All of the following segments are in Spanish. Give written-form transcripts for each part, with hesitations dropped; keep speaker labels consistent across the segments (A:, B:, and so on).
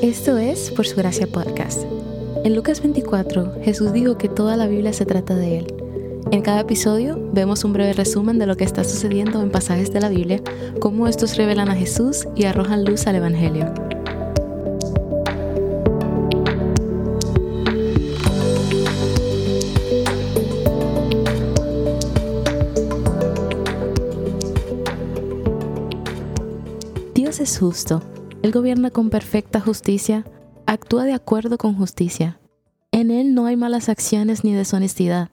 A: Esto es Por Su Gracia Podcast. En Lucas 24, Jesús dijo que toda la Biblia se trata de Él. En cada episodio vemos un breve resumen de lo que está sucediendo en pasajes de la Biblia, cómo estos revelan a Jesús y arrojan luz al Evangelio. Dios es justo. Él gobierna con perfecta justicia, actúa de acuerdo con justicia. En Él no hay malas acciones ni deshonestidad.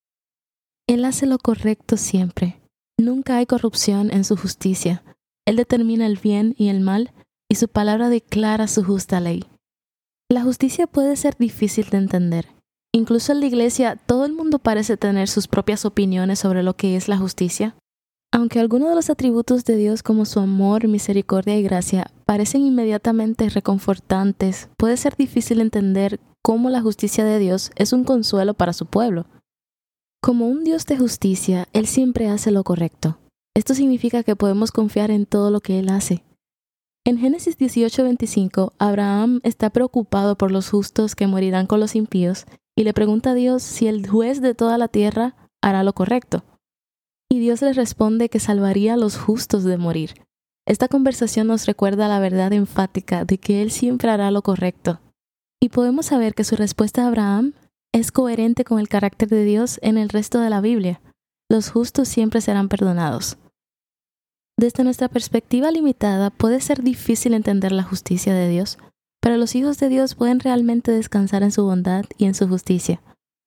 A: Él hace lo correcto siempre. Nunca hay corrupción en su justicia. Él determina el bien y el mal, y su palabra declara su justa ley. La justicia puede ser difícil de entender. Incluso en la iglesia, todo el mundo parece tener sus propias opiniones sobre lo que es la justicia. Aunque algunos de los atributos de Dios como su amor, misericordia y gracia parecen inmediatamente reconfortantes, puede ser difícil entender cómo la justicia de Dios es un consuelo para su pueblo. Como un Dios de justicia, Él siempre hace lo correcto. Esto significa que podemos confiar en todo lo que Él hace. En Génesis 18:25, Abraham está preocupado por los justos que morirán con los impíos y le pregunta a Dios si el juez de toda la tierra hará lo correcto. Y Dios le responde que salvaría a los justos de morir. Esta conversación nos recuerda la verdad enfática de que Él siempre hará lo correcto. Y podemos saber que su respuesta a Abraham es coherente con el carácter de Dios en el resto de la Biblia. Los justos siempre serán perdonados. Desde nuestra perspectiva limitada, puede ser difícil entender la justicia de Dios, pero los hijos de Dios pueden realmente descansar en su bondad y en su justicia.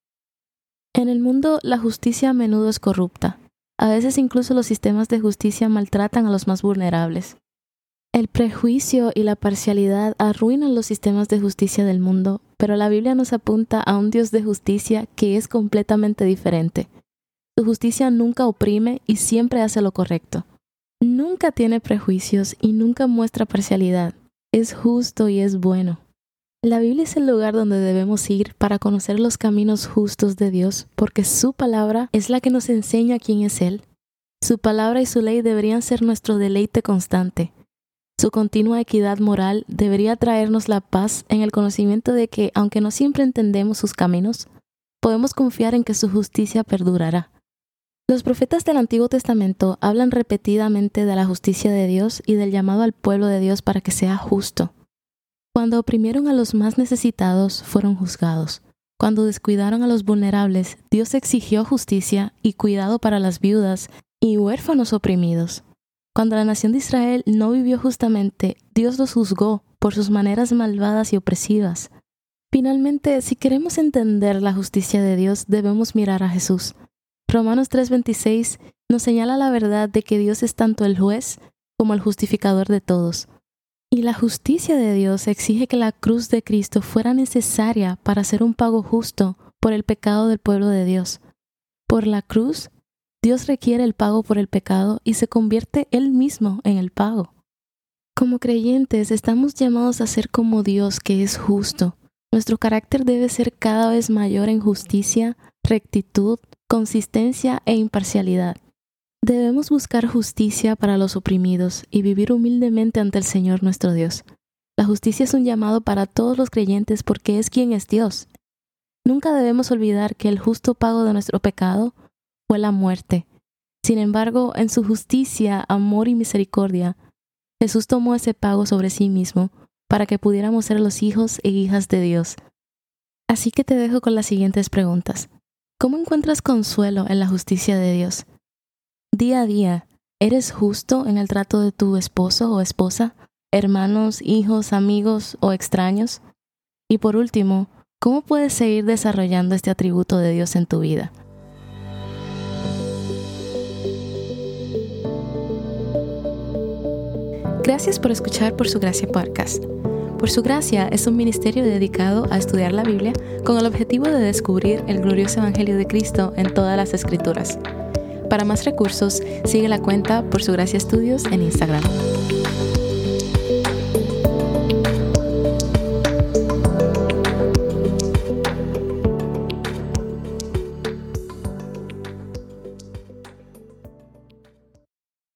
A: En el mundo, la justicia a menudo es corrupta. A veces incluso los sistemas de justicia maltratan a los más vulnerables. El prejuicio y la parcialidad arruinan los sistemas de justicia del mundo, pero la Biblia nos apunta a un Dios de justicia que es completamente diferente. Su justicia nunca oprime y siempre hace lo correcto. Nunca tiene prejuicios y nunca muestra parcialidad. Es justo y es bueno. La Biblia es el lugar donde debemos ir para conocer los caminos justos de Dios, porque su palabra es la que nos enseña quién es Él. Su palabra y su ley deberían ser nuestro deleite constante. Su continua equidad moral debería traernos la paz en el conocimiento de que, aunque no siempre entendemos sus caminos, podemos confiar en que su justicia perdurará. Los profetas del Antiguo Testamento hablan repetidamente de la justicia de Dios y del llamado al pueblo de Dios para que sea justo. Cuando oprimieron a los más necesitados, fueron juzgados. Cuando descuidaron a los vulnerables, Dios exigió justicia y cuidado para las viudas y huérfanos oprimidos. Cuando la nación de Israel no vivió justamente, Dios los juzgó por sus maneras malvadas y opresivas. Finalmente, si queremos entender la justicia de Dios, debemos mirar a Jesús. Romanos 3:26 nos señala la verdad de que Dios es tanto el juez como el justificador de todos. Y la justicia de Dios exige que la cruz de Cristo fuera necesaria para hacer un pago justo por el pecado del pueblo de Dios. Por la cruz, Dios requiere el pago por el pecado y se convierte Él mismo en el pago. Como creyentes, estamos llamados a ser como Dios, que es justo. Nuestro carácter debe ser cada vez mayor en justicia, rectitud, consistencia e imparcialidad. Debemos buscar justicia para los oprimidos y vivir humildemente ante el Señor nuestro Dios. La justicia es un llamado para todos los creyentes porque es quien es Dios. Nunca debemos olvidar que el justo pago de nuestro pecado fue la muerte. Sin embargo, en su justicia, amor y misericordia, Jesús tomó ese pago sobre sí mismo para que pudiéramos ser los hijos e hijas de Dios. Así que te dejo con las siguientes preguntas. ¿Cómo encuentras consuelo en la justicia de Dios? Día a día, ¿eres justo en el trato de tu esposo o esposa, hermanos, hijos, amigos o extraños? Y por último, ¿cómo puedes seguir desarrollando este atributo de Dios en tu vida? Gracias por escuchar Por Su Gracia Podcast. Por Su Gracia es un ministerio dedicado a estudiar la Biblia con el objetivo de descubrir el glorioso Evangelio de Cristo en todas las Escrituras. Para más recursos, sigue la cuenta Por Su Gracia Estudios en Instagram.